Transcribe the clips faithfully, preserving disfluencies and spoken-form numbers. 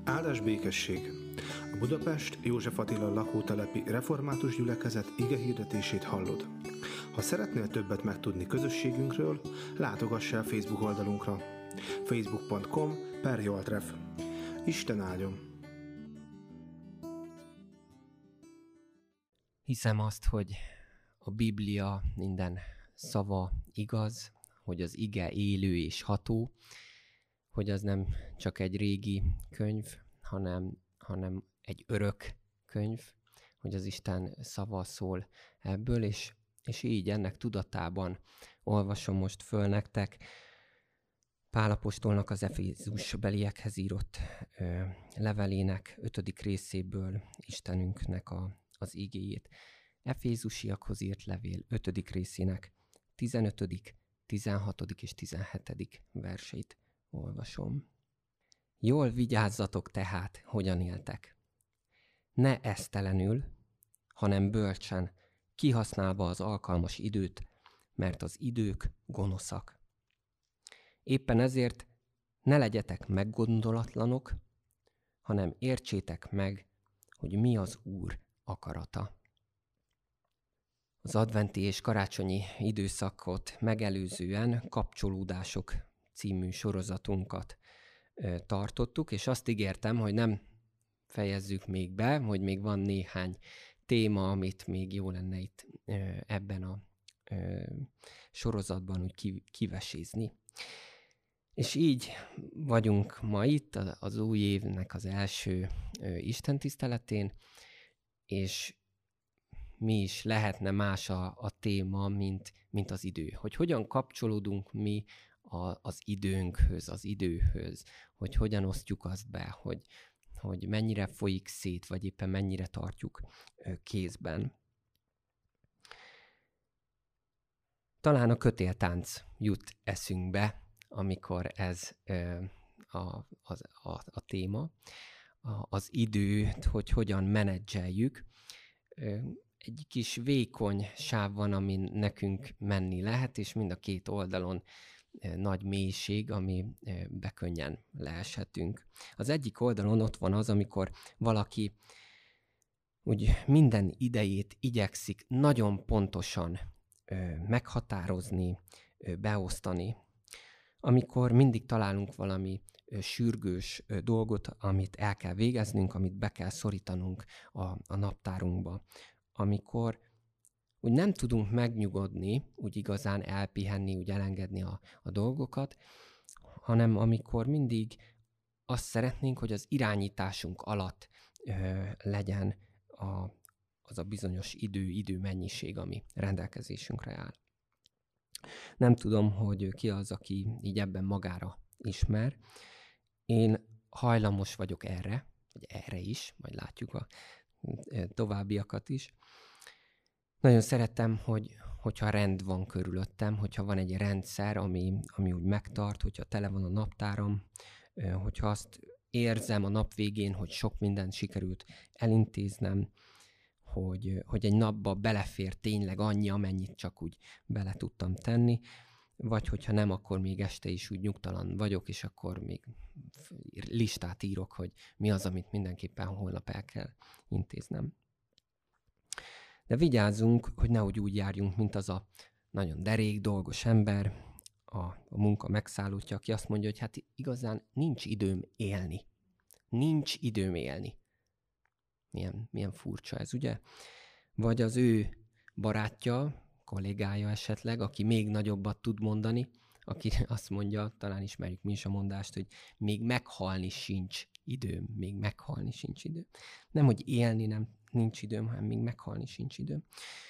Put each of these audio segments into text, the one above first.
Áldás békesség! A Budapest József Attila lakótelepi református gyülekezet igehirdetését hallod. Ha szeretnél többet megtudni közösségünkről, látogass el Facebook oldalunkra. facebook pont com per joltref. Isten áldjon! Hiszem azt, hogy a Biblia minden szava igaz, hogy az ige élő és ható, hogy az nem csak egy régi könyv, hanem, hanem egy örök könyv, hogy az Isten szava szól ebből, és, és így ennek tudatában olvasom most föl nektek Pál apostolnak az Efézusbeliekhez írott ö, levelének ötödik részéből Istenünknek a, az igéjét. Efézusiakhoz írt levél ötödik részének tizenötödik, tizenhatodik és tizenhetedik verseit olvasom. Jól vigyázzatok tehát, hogyan éltek. Ne esztelenül, hanem bölcsen, kihasználva az alkalmas időt, mert az idők gonoszak. Éppen ezért ne legyetek meggondolatlanok, hanem értsétek meg, hogy mi az Úr akarata. Az adventi és karácsonyi időszakot megelőzően Kapcsolódások című sorozatunkat ö, tartottuk, és azt ígértem, hogy nem fejezzük még be, hogy még van néhány téma, amit még jó lenne itt ö, ebben a ö, sorozatban úgy ki, kivesézni. És így vagyunk ma itt az új évnek az első ö, istentiszteletén, és mi is lehetne más a, a téma, mint, mint az idő. Hogy hogyan kapcsolódunk mi a, az időnkhöz, az időhöz, hogy hogyan osztjuk azt be, hogy, hogy mennyire folyik szét, vagy éppen mennyire tartjuk kézben. Talán a kötéltánc jut eszünkbe, amikor ez a, a, a, a téma, a, az időt, hogy hogyan menedzseljük. Egy kis vékony sáv van, amin nekünk menni lehet, és mind a két oldalon nagy mélység, ami bekönnyen leeshetünk. Az egyik oldalon ott van az, amikor valaki úgy minden idejét igyekszik nagyon pontosan meghatározni, beosztani, amikor mindig találunk valami sürgős dolgot, amit el kell végeznünk, amit be kell szorítanunk a, a naptárunkba. Amikor úgy nem tudunk megnyugodni, úgy igazán elpihenni, úgy elengedni a, a dolgokat, hanem amikor mindig azt szeretnénk, hogy az irányításunk alatt ö, legyen a, az a bizonyos idő, időmennyiség, ami rendelkezésünkre áll. Nem tudom, hogy ki az, aki így ebben magára ismer. Én hajlamos vagyok erre, vagy erre is, majd látjuk a továbbiakat is. Nagyon szeretem, hogy, hogyha rend van körülöttem, hogyha van egy rendszer, ami, ami úgy megtart, hogyha tele van a naptáram, hogyha azt érzem a nap végén, hogy sok mindent sikerült elintéznem, hogy, hogy egy napba belefér tényleg annyi, amennyit csak úgy bele tudtam tenni, vagy hogyha nem, akkor még este is úgy nyugtalan vagyok, és akkor még listát írok, hogy mi az, amit mindenképpen holnap el kell intéznem. De vigyázzunk, hogy nehogy úgy járjunk, mint az a nagyon derék, dolgos ember, a, a munka megszállottja, aki azt mondja, hogy hát igazán nincs időm élni. Nincs időm élni. Milyen, milyen furcsa ez, ugye? Vagy az ő barátja, kollégája esetleg, aki még nagyobbat tud mondani, aki azt mondja, talán ismerjük mi is a mondást, hogy még meghalni sincs időm, még meghalni sincs időm. Nem, hogy élni nem nincs időm, hanem még meghalni sincs időm.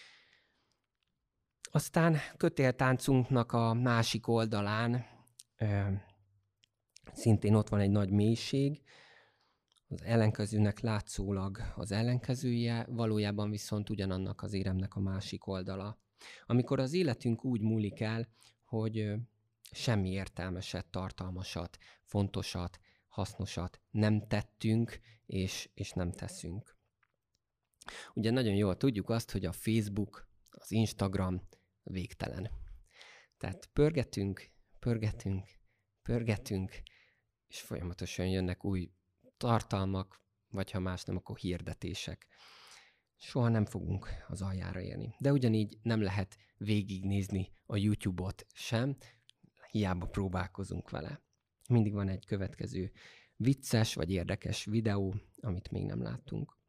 Aztán kötéltáncunknak a másik oldalán ö, szintén ott van egy nagy mélység, az ellenkezőnek látszólag az ellenkezője, valójában viszont ugyanannak az éremnek a másik oldala. Amikor az életünk úgy múlik el, hogy semmi értelmeset, tartalmasat, fontosat, hasznosat nem tettünk, és, és nem teszünk. Ugye nagyon jól tudjuk azt, hogy a Facebook, az Instagram végtelen. Tehát pörgetünk, pörgetünk, pörgetünk, és folyamatosan jönnek új tartalmak, vagy ha más nem, akkor hirdetések. Soha nem fogunk az aljára érni. De ugyanígy nem lehet végignézni a YouTube-ot sem, hiába próbálkozunk vele. Mindig van egy következő vicces vagy érdekes videó, amit még nem láttunk.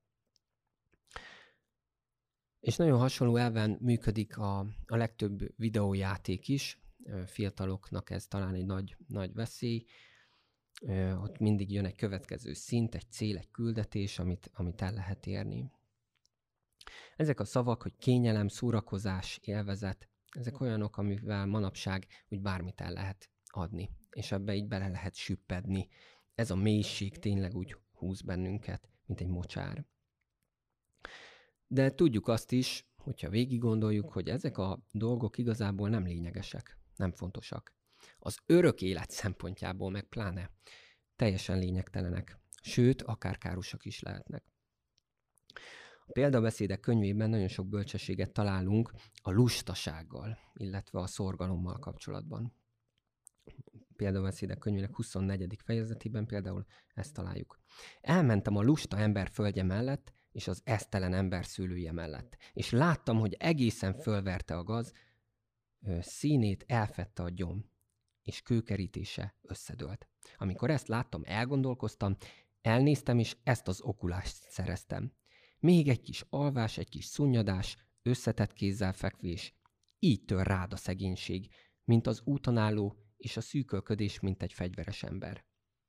És nagyon hasonló elven működik a, a legtöbb videójáték is. Fiataloknak ez talán egy nagy, nagy veszély. Ott mindig jön egy következő szint, egy cél, egy küldetés, amit, amit el lehet érni. Ezek a szavak, hogy kényelem, szórakozás, élvezet, ezek olyanok, amivel manapság úgy bármit el lehet adni, és ebbe így bele lehet süppedni. Ez a mélység tényleg úgy húz bennünket, mint egy mocsár. De tudjuk azt is, hogyha végig gondoljuk, hogy ezek a dolgok igazából nem lényegesek, nem fontosak. Az örök élet szempontjából meg pláne teljesen lényegtelenek, sőt, akár károsak is lehetnek. A példabeszédek könyvében nagyon sok bölcsességet találunk a lustasággal, illetve a szorgalommal kapcsolatban. Példabeszédek könyvének huszonnegyedik fejezetében például ezt találjuk. Elmentem a lusta ember földje mellett, és az esztelen ember szőlője mellett, és láttam, hogy egészen fölverte a gaz, színét elfedte a gyom, és kőkerítése összedőlt. Amikor ezt láttam, elgondolkoztam, elnéztem, és ezt az okulást szereztem. Még egy kis alvás, egy kis szunnyadás, összetett kézzel fekvés. Így tör rád a szegénység, mint az úton álló, és a szűkölködés, mint egy fegyveres ember.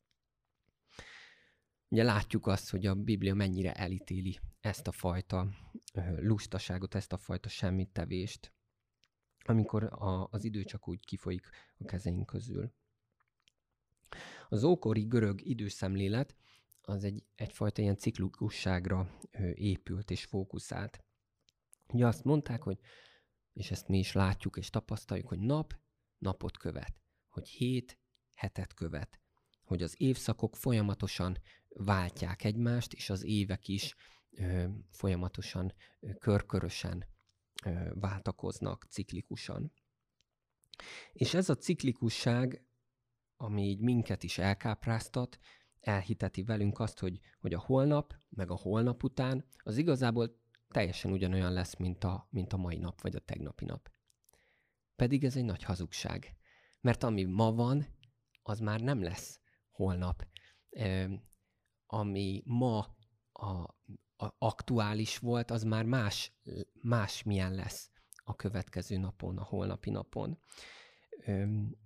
Ugye látjuk azt, hogy a Biblia mennyire elítéli ezt a fajta lustaságot, ezt a fajta semmittevést, amikor a, az idő csak úgy kifolyik a kezeink közül. Az ókori görög időszemlélet az egy, egyfajta ilyen ciklikusságra épült és fókuszált. Ugye azt mondták, hogy, és ezt mi is látjuk és tapasztaljuk, hogy nap napot követ, hogy hét hetet követ, hogy az évszakok folyamatosan váltják egymást, és az évek is ö, folyamatosan, ö, körkörösen ö, váltakoznak, ciklikusan. És ez a ciklikusság, ami így minket is elkápráztat, elhiteti velünk azt, hogy, hogy a holnap, meg a holnap után az igazából teljesen ugyanolyan lesz, mint a, mint a mai nap, vagy a tegnapi nap. Pedig ez egy nagy hazugság. Mert ami ma van, az már nem lesz holnap. E, ami ma a, a aktuális volt, az már más, más milyen lesz a következő napon, a holnapi napon. E,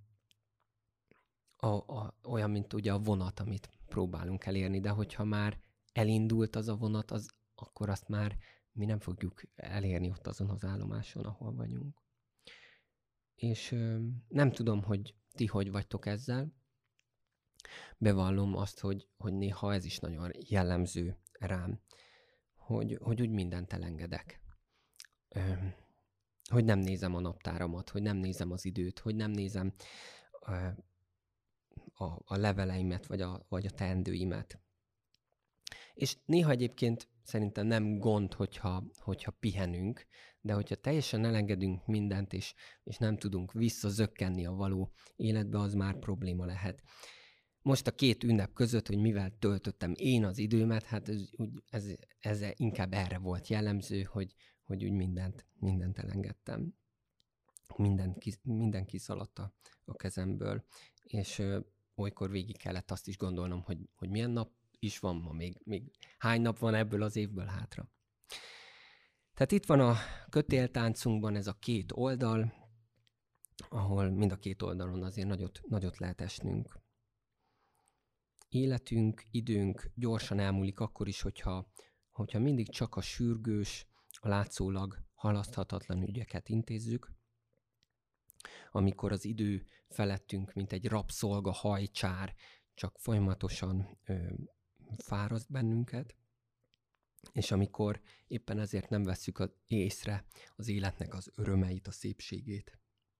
a, a, olyan, mint ugye a vonat, amit próbálunk elérni, de hogyha már elindult az a vonat, az, akkor azt már mi nem fogjuk elérni ott azon az állomáson, ahol vagyunk. És ö, nem tudom, hogy ti hogy vagytok ezzel. Bevallom azt, hogy, hogy néha ez is nagyon jellemző rám, hogy, hogy úgy mindent elengedek. Ö, hogy nem nézem a naptáramat, hogy nem nézem az időt, hogy nem nézem ö, a, a leveleimet, vagy a, vagy a teendőimet. És néha egyébként szerintem nem gond, hogyha, hogyha pihenünk, de hogyha teljesen elengedünk mindent, és, és nem tudunk visszazökkenni a való életbe, az már probléma lehet. Most a két ünnep között, hogy mivel töltöttem én az időmet, hát ez, ez, ez inkább erre volt jellemző, hogy, hogy úgy mindent, mindent elengedtem. Minden, minden kiszaladt a, a kezemből, és ö, olykor végig kellett azt is gondolnom, hogy, hogy milyen nap is van ma, még, még hány nap van ebből az évből hátra. Tehát itt van a kötéltáncunkban ez a két oldal, ahol mind a két oldalon azért nagyot, nagyot lehet esnünk. Életünk, időnk gyorsan elmúlik akkor is, hogyha, hogyha mindig csak a sürgős, a látszólag halaszthatatlan ügyeket intézzük, amikor az idő felettünk, mint egy rabszolga hajcsár, csak folyamatosan ö, fáraszt bennünket, és amikor éppen ezért nem vesszük az észre az életnek az örömeit, a szépségét.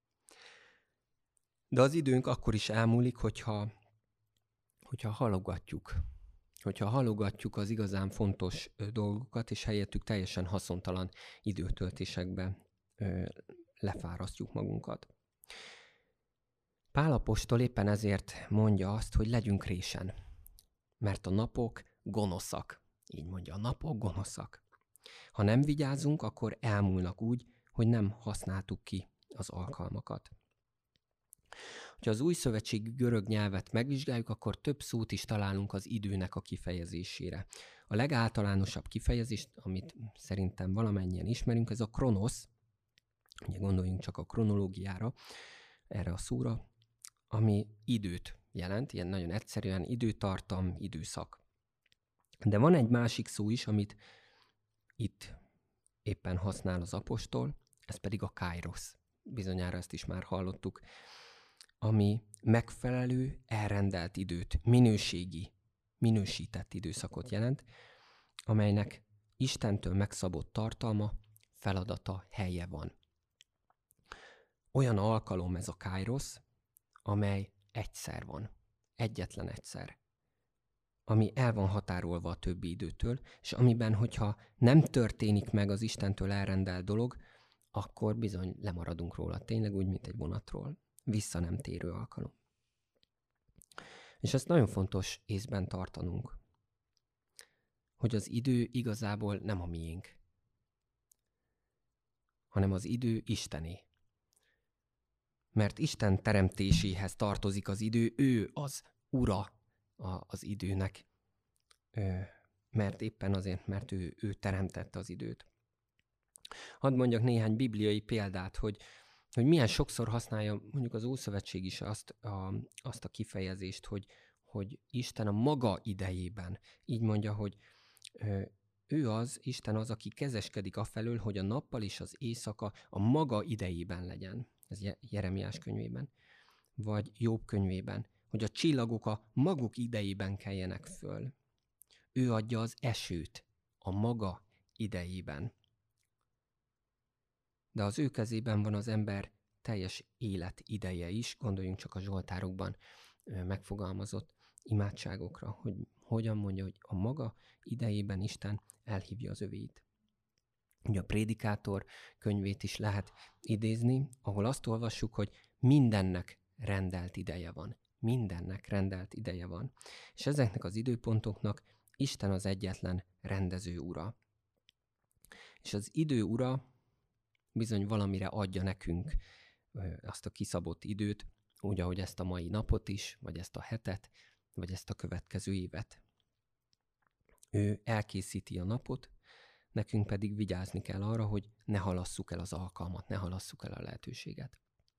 De az időnk akkor is elmúlik, hogyha, hogyha halogatjuk. Hogyha halogatjuk az igazán fontos ö, dolgokat, és helyettük teljesen haszontalan időtöltésekbe ö, lefárasztjuk magunkat. Pál apostol éppen ezért mondja azt, hogy legyünk résen. mert a napok gonoszak. Így mondja, a napok gonoszak. Ha nem vigyázunk, akkor elmúlnak úgy, hogy nem használtuk ki az alkalmakat. Ha az új szövetségi görög nyelvet megvizsgáljuk, akkor több szót is találunk az időnek a kifejezésére. A legáltalánosabb kifejezés, amit szerintem valamennyien ismerünk, ez a kronosz. Ugye gondoljunk csak a kronológiára, erre a szóra, ami időt jelent, ilyen nagyon egyszerűen időtartam, időszak. De van egy másik szó is, amit itt éppen használ az apostol, ez pedig a kairosz. Bizonyára ezt is már hallottuk, ami megfelelő, elrendelt időt, minőségi, minősített időszakot jelent, amelynek Istentől megszabott tartalma, feladata, helye van. Olyan alkalom ez a kairosz, amely egyszer van, egyetlen egyszer, ami el van határolva a többi időtől, és amiben, hogyha nem történik meg az Istentől elrendelt dolog, akkor bizony lemaradunk róla, tényleg úgy, mint egy vonatról. Vissza nem térő alkalom. És ezt nagyon fontos észben tartanunk, hogy az idő igazából nem a miénk, hanem az idő Istené. Mert Isten teremtéséhez tartozik az idő, ő az ura az időnek, mert éppen azért, mert ő, ő teremtette az időt. Hadd mondjak néhány bibliai példát, hogy hogy milyen sokszor használja mondjuk az Ószövetség is azt a, azt a kifejezést, hogy, hogy Isten a maga idejében. Így mondja, hogy ő az, Isten az, aki kezeskedik afelől, hogy a nappal és az éjszaka a maga idejében legyen. Ez Jeremiás könyvében. Vagy Jobb könyvében. Hogy a csillagok a maguk idejében keljenek föl. Ő adja az esőt a maga idejében. De az ő kezében van az ember teljes élet ideje is, gondoljunk csak a zsoltárokban megfogalmazott imádságokra, hogy hogyan mondja, hogy a maga idejében Isten elhívja az övéit. Ugye a Prédikátor könyvét is lehet idézni, ahol azt olvassuk, hogy mindennek rendelt ideje van. Mindennek rendelt ideje van. És ezeknek az időpontoknak Isten az egyetlen rendező ura. És az idő ura bizony valamire adja nekünk azt a kiszabott időt, úgy, ahogy ezt a mai napot is, vagy ezt a hetet, vagy ezt a következő évet. Ő elkészíti a napot, nekünk pedig vigyázni kell arra, hogy ne halasszuk el az alkalmat, ne halasszuk el a lehetőséget.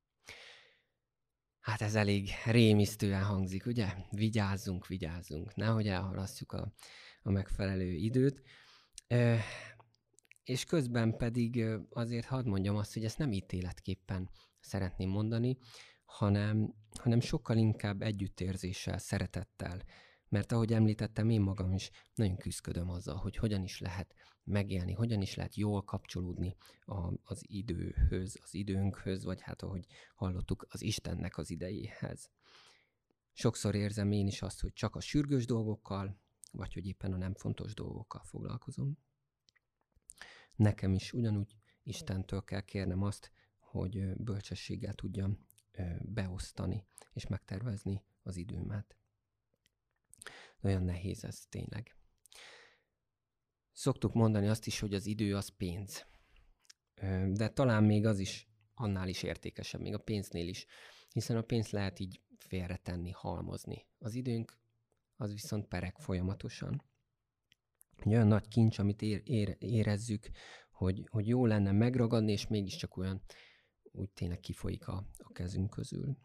Hát ez elég rémisztően hangzik, ugye? Vigyázzunk, vigyázzunk, nehogy elhalasszuk a, a megfelelő időt. E, és közben pedig azért hadd mondjam azt, hogy ezt nem ítéletképpen szeretném mondani, hanem, hanem sokkal inkább együttérzéssel, szeretettel. Mert ahogy említettem, én magam is nagyon küzdködöm azzal, hogy hogyan is lehet megélni, hogyan is lehet jól kapcsolódni a, az időhöz, az időnkhöz, vagy hát ahogy hallottuk, az Istennek az idejéhez. Sokszor érzem én is azt, hogy csak a sürgős dolgokkal, vagy hogy éppen a nem fontos dolgokkal foglalkozom. Nekem is ugyanúgy Istentől kell kérnem azt, hogy bölcsességgel tudjam beosztani és megtervezni az időmet. Olyan nehéz ez tényleg. Szoktuk mondani azt is, hogy az idő az pénz. De talán még az is annál is értékesebb, még a pénznél is. Hiszen a pénzt lehet így félretenni, halmozni. Az időnk az viszont pereg folyamatosan. Egy olyan nagy kincs, amit ér, ér, érezzük, hogy, hogy jó lenne megragadni, és mégiscsak olyan úgy tényleg kifolyik a, a kezünk közül.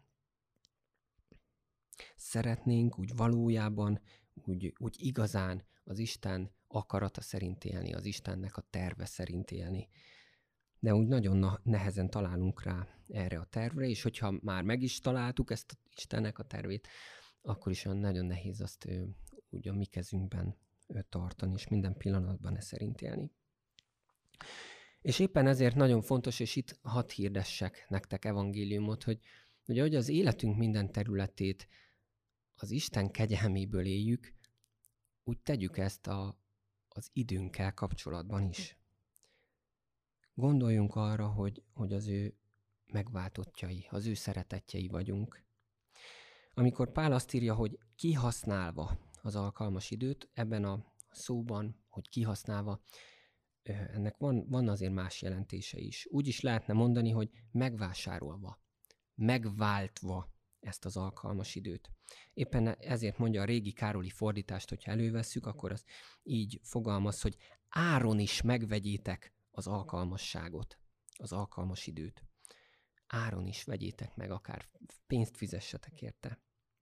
Szeretnénk úgy valójában, úgy, úgy igazán az Isten akarata szerint élni, az Istennek a terve szerint élni. De úgy nagyon nehezen találunk rá erre a tervre, és hogyha már meg is találtuk ezt a Istennek a tervét, akkor is olyan nagyon nehéz azt ő, úgy a mi kezünkben ő, tartani, és minden pillanatban e szerint élni. És éppen ezért nagyon fontos, és itt hadd hirdessek nektek evangéliumot, hogy, hogy ahogy az életünk minden területét az Isten kegyelméből éljük, úgy tegyük ezt a, az időnkkel kapcsolatban is. Gondoljunk arra, hogy, hogy az ő megváltottjai, az ő szeretetjei vagyunk. Amikor Pál azt írja, hogy kihasználva az alkalmas időt, ebben a szóban, hogy kihasználva, ennek van, van azért más jelentése is. Úgy is lehetne mondani, hogy megvásárolva, megváltva ezt az alkalmas időt. Éppen ezért mondja a régi károli fordítást, hogyha elővesszük, akkor az így fogalmaz, hogy áron is megvegyétek az alkalmasságot, az alkalmas időt. Áron is vegyétek meg, akár pénzt fizessetek érte.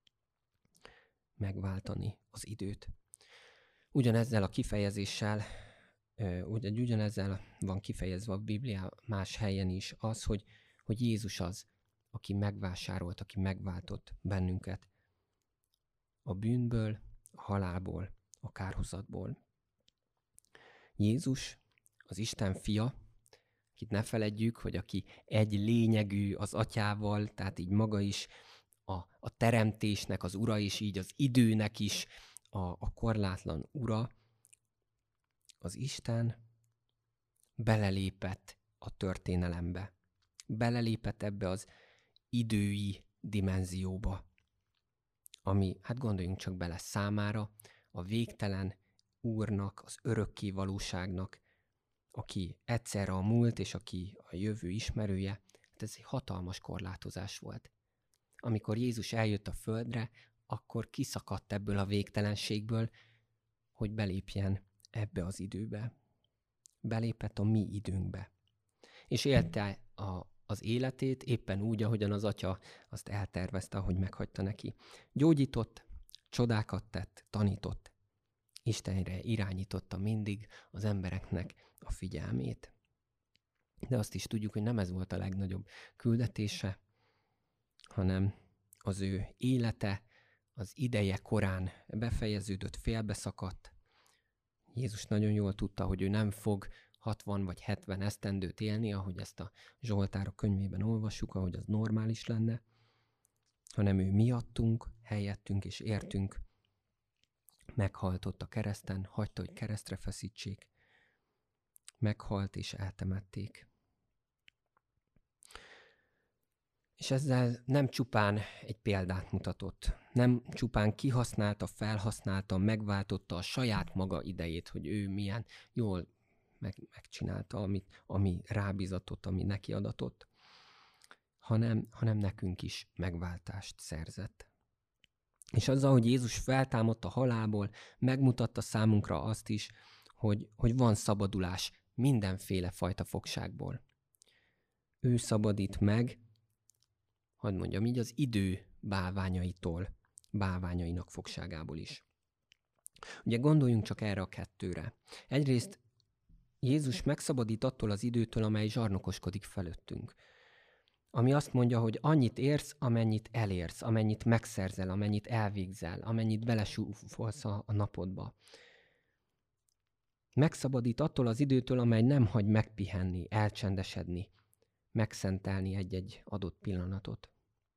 Megváltani az időt. Ugyanezzel a kifejezéssel, ugyanezzel van kifejezve a Biblia más helyen is az, hogy, hogy Jézus az, aki megvásárolt, aki megváltott bennünket a bűnből, a halálból, a kárhozatból. Jézus, az Isten fia, akit ne feledjük, hogy aki egy lényegű az atyával, tehát így maga is a, a teremtésnek az ura, és így az időnek is a, a korlátlan ura, az Isten belelépett a történelembe. Belelépett ebbe az idői dimenzióba, ami, hát gondoljunk csak bele, számára a végtelen Úrnak, az örökké valóságnak, aki egyszerre a múlt és aki a jövő ismerője, hát ez egy hatalmas korlátozás volt. Amikor Jézus eljött a földre, akkor kiszakadt ebből a végtelenségből, hogy belépjen ebbe az időbe. Belépett a mi időnkbe. És élte a, az életét éppen úgy, ahogyan az atya azt eltervezte, ahogy meghagyta neki. Gyógyított, csodákat tett, tanított. Istenre irányította mindig az embereknek a figyelmét. De azt is tudjuk, hogy nem ez volt a legnagyobb küldetése, hanem az ő élete, az ideje korán befejeződött, félbeszakadt. Jézus nagyon jól tudta, hogy ő nem fog hatvan vagy hetven esztendőt élni, ahogy ezt a Zsoltárok könyvében olvassuk, ahogy az normális lenne, hanem ő miattunk, helyettünk és értünk meghalt ott a kereszten, hagyta, hogy keresztre feszítsék, meghalt és eltemették. És ezzel nem csupán egy példát mutatott, nem csupán kihasználta, felhasználta, megváltotta a saját maga idejét, hogy ő milyen jól meg, megcsinálta, amit, ami rábízatott, ami neki adatott, hanem, hanem nekünk is megváltást szerzett. És azzal, hogy Jézus feltámadt a halálból, megmutatta számunkra azt is, hogy, hogy van szabadulás mindenféle fajta fogságból. Ő szabadít meg, hadd mondjam így, az idő bálványaitól, bálványainak fogságából is. Ugye gondoljunk csak erre a kettőre. Egyrészt Jézus megszabadít attól az időtől, amely zsarnokoskodik felőttünk. Ami azt mondja, hogy annyit érsz, amennyit elérsz, amennyit megszerzel, amennyit elvégzel, amennyit belesúfolsz a napodba. Megszabadít attól az időtől, amely nem hagy megpihenni, elcsendesedni, megszentelni egy-egy adott pillanatot.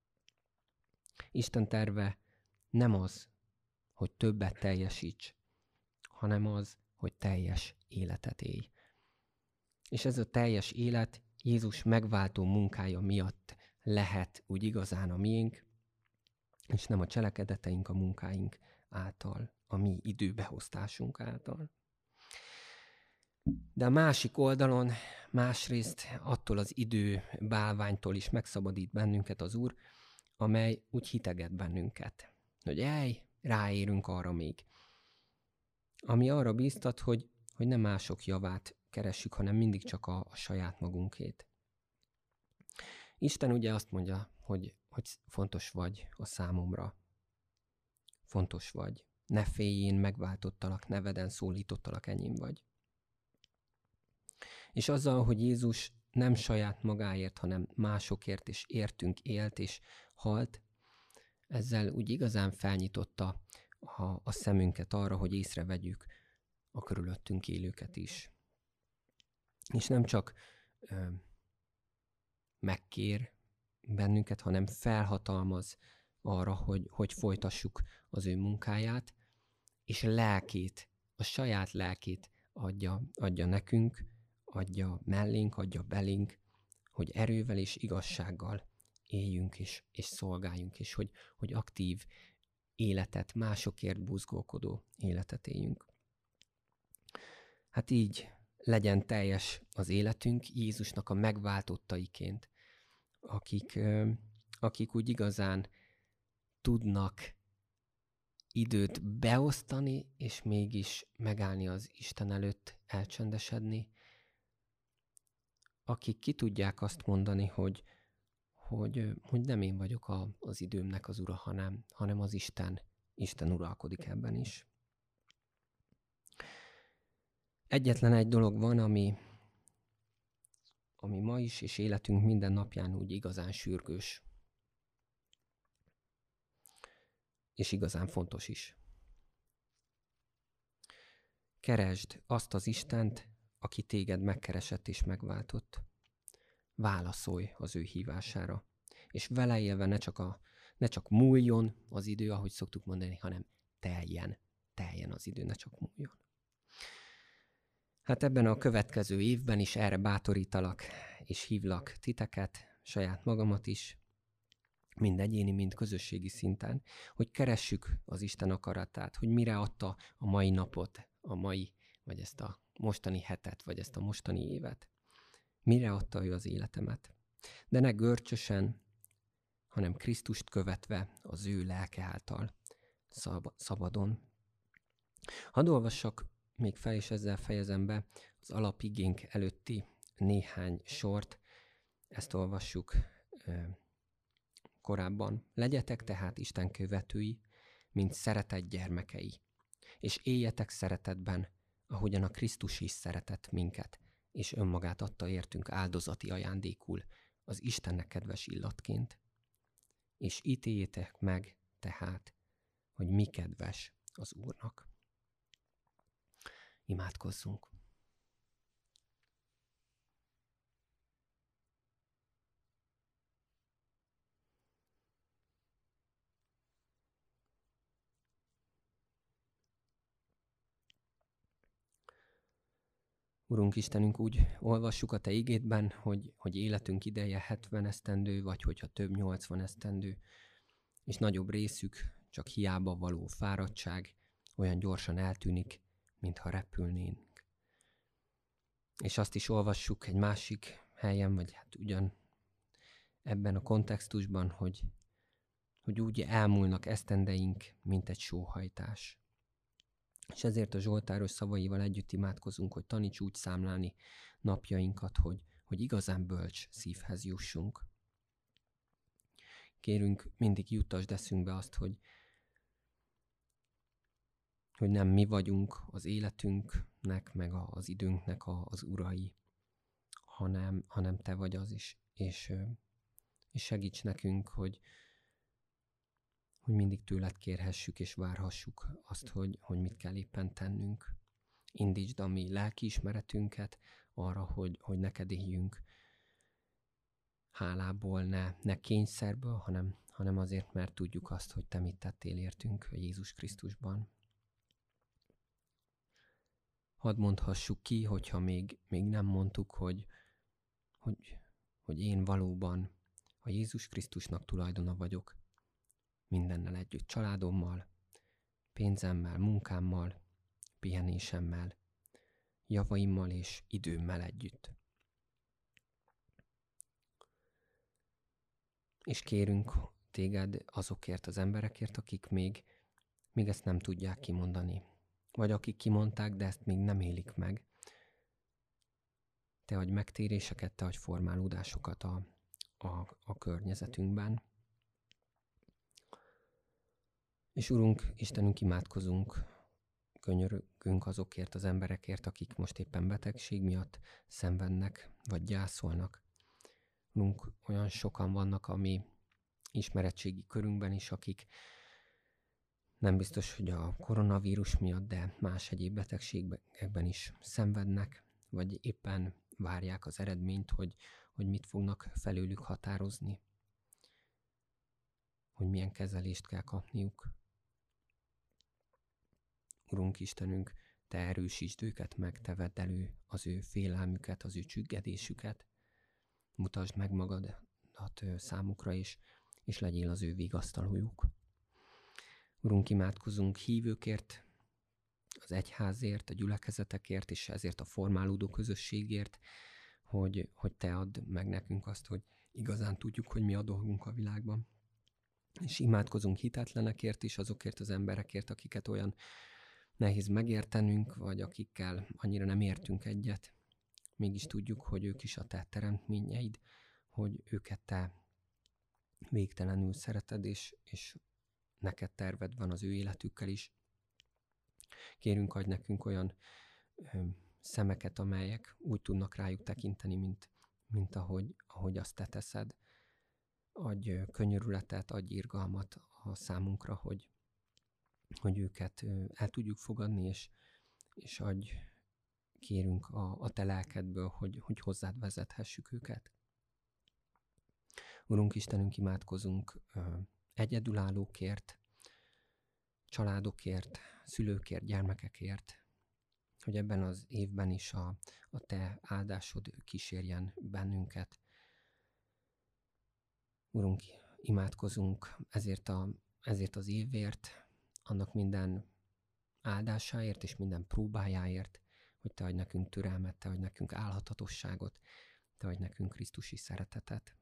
Isten terve nem az, hogy többet teljesíts, hanem az, hogy teljes életet élj. És ez a teljes élet Jézus megváltó munkája miatt lehet úgy igazán a miénk, és nem a cselekedeteink, a munkáink által, a mi időbeosztásunk által. De a másik oldalon, másrészt attól az idő bálványtól is megszabadít bennünket az Úr, amely úgy hiteget bennünket, hogy ej, ráérünk arra még. Ami arra bíztat, hogy, hogy nem mások javát keressük, hanem mindig csak a, a saját magunkét. Isten ugye azt mondja, hogy, hogy fontos vagy a számomra. Fontos vagy. Ne félj, én megváltottalak, neveden szólítottalak, enyém vagy. És azzal, hogy Jézus nem saját magáért, hanem másokért és értünk élt és halt, ezzel úgy igazán felnyitotta a, a szemünket arra, hogy észrevegyük a körülöttünk élőket is. És nem csak ö, megkér bennünket, hanem felhatalmaz arra, hogy, hogy folytassuk az ő munkáját, és lelkét, a saját lelkét adja, adja nekünk, adja mellénk, adja belénk, hogy erővel és igazsággal éljünk és, és szolgáljunk, és hogy, hogy aktív életet, másokért buzgolkodó életet éljünk. Hát így legyen teljes az életünk Jézusnak a megváltottaiként, akik, akik úgy igazán tudnak időt beosztani, és mégis megállni az Isten előtt, elcsendesedni, akik ki tudják azt mondani, hogy, hogy, hogy nem én vagyok a, az időmnek az ura, hanem, hanem az Isten. Isten uralkodik ebben is. Egyetlen egy dolog van, ami, ami ma is, és életünk minden napján úgy igazán sürgős. És igazán fontos is. Keresd azt az Istent, aki téged megkeresett és megváltott. Válaszolj az ő hívására. És vele élve ne csak, a, ne csak múljon az idő, ahogy szoktuk mondani, hanem teljen, teljen az idő, ne csak múljon. Hát ebben a következő évben is erre bátorítalak, és hívlak titeket, saját magamat is, mind egyéni, mind közösségi szinten, hogy keressük az Isten akaratát, hogy mire adta a mai napot, a mai, vagy ezt a mostani hetet, vagy ezt a mostani évet. Mire adta ő az életemet. De ne görcsösen, hanem Krisztust követve az ő lelke által szab- szabadon. Hadd olvassak még fel, és ezzel fejezem be az alapigénk előtti néhány sort. Ezt olvassuk korábban. Legyetek tehát Isten követői, mint szeretett gyermekei, és éljetek szeretetben, ahogyan a Krisztus is szeretett minket, és önmagát adta értünk áldozati ajándékul, az Istennek kedves illatként. És ítéljétek meg tehát, hogy mi kedves az Úrnak. Imádkozzunk! Urunk Istenünk, úgy olvassuk a Te igédben, hogy, hogy életünk ideje hetven esztendő, vagy hogyha több nyolcvan esztendő, és nagyobb részük csak hiába való fáradtság, olyan gyorsan eltűnik, mintha repülnénk. És azt is olvassuk egy másik helyen, vagy hát ugyan ebben a kontextusban, hogy, hogy úgy elmúlnak esztendeink, mint egy sóhajtás. És ezért a Zsoltáros szavaival együtt imádkozunk, hogy taníts úgy számlálni napjainkat, hogy, hogy igazán bölcs szívhez jussunk. Kérünk, mindig juttasd eszünkbe azt, hogy, hogy nem mi vagyunk az életünknek, meg az időnknek az urai, hanem, hanem Te vagy az is. És, és segíts nekünk, hogy, hogy mindig tőled kérhessük és várhassuk azt, hogy, hogy mit kell éppen tennünk. Indítsd a mi lelkiismeretünket arra, hogy, hogy neked éljünk hálából, ne, ne kényszerből, hanem, hanem azért, mert tudjuk azt, hogy te mit tettél értünk Jézus Krisztusban. Hadd mondhassuk ki, hogyha még, még nem mondtuk, hogy, hogy, hogy én valóban a Jézus Krisztusnak tulajdona vagyok, mindennel együtt, családommal, pénzemmel, munkámmal, pihenésemmel, javaimmal és időmmel együtt. És kérünk téged azokért az emberekért, akik még, még ezt nem tudják kimondani, vagy akik kimondták, de ezt még nem élik meg. Te adj megtéréseket, te adj formálódásokat a, a, a környezetünkben. És Urunk, Istenünk, imádkozunk, könyörgünk azokért az emberekért, akik most éppen betegség miatt szenvednek, vagy gyászolnak. Urunk, olyan sokan vannak a mi ismeretségi körünkben is, akik nem biztos, hogy a koronavírus miatt, de más egyéb betegségekben is szenvednek, vagy éppen várják az eredményt, hogy, hogy mit fognak felőlük határozni, hogy milyen kezelést kell kapniuk. Urunk Istenünk, Te erősítsd őket meg, Te vedd elő az ő félelmüket, az ő csüggedésüket, mutasd meg magadat számukra is, és legyél az ő vigasztalójuk. Urunk, imádkozunk hívőkért, az egyházért, a gyülekezetekért, és ezért a formálódó közösségért, hogy, hogy Te add meg nekünk azt, hogy igazán tudjuk, hogy mi a dolgunk a világban. És imádkozunk hitetlenekért is, azokért az emberekért, akiket olyan nehéz megértenünk, vagy akikkel annyira nem értünk egyet. Mégis tudjuk, hogy ők is a Te teremtményeid, hogy őket Te végtelenül szereted, és, és neked terved van az ő életükkel is. Kérünk, adj nekünk olyan ö, szemeket, amelyek úgy tudnak rájuk tekinteni, mint, mint ahogy, ahogy azt Te teszed. Adj ö, könyörületet, adj irgalmat a számunkra, hogy, hogy őket ö, el tudjuk fogadni, és, és adj, kérünk a, a Te lelkedből, hogy, hogy hozzád vezethessük őket. Urunk Istenünk, imádkozunk ö, egyedülállókért, családokért, szülőkért, gyermekekért, hogy ebben az évben is a, a Te áldásod kísérjen bennünket. Urunk, imádkozunk ezért, a, ezért az évért, annak minden áldásáért és minden próbájáért, hogy Te adj nekünk türelmet, Te adj nekünk álhatatosságot, Te adj nekünk Krisztusi szeretetet.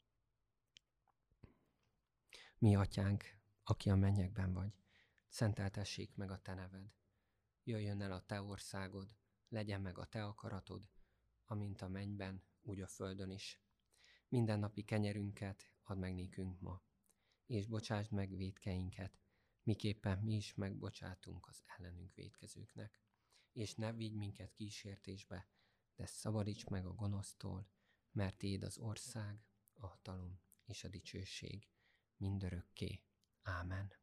Mi, Atyánk, aki a mennyekben vagy, szenteltessék meg a Te neved. Jöjjön el a Te országod, legyen meg a Te akaratod, amint a mennyben, úgy a földön is. Mindennapi kenyerünket add meg nékünk ma, és bocsásd meg vétkeinket, miképpen mi is megbocsátunk az ellenünk vétkezőknek. És ne vigy minket kísértésbe, de szabadíts meg a gonosztól, mert Téd az ország, a hatalom és a dicsőség mindörökké. Ámen.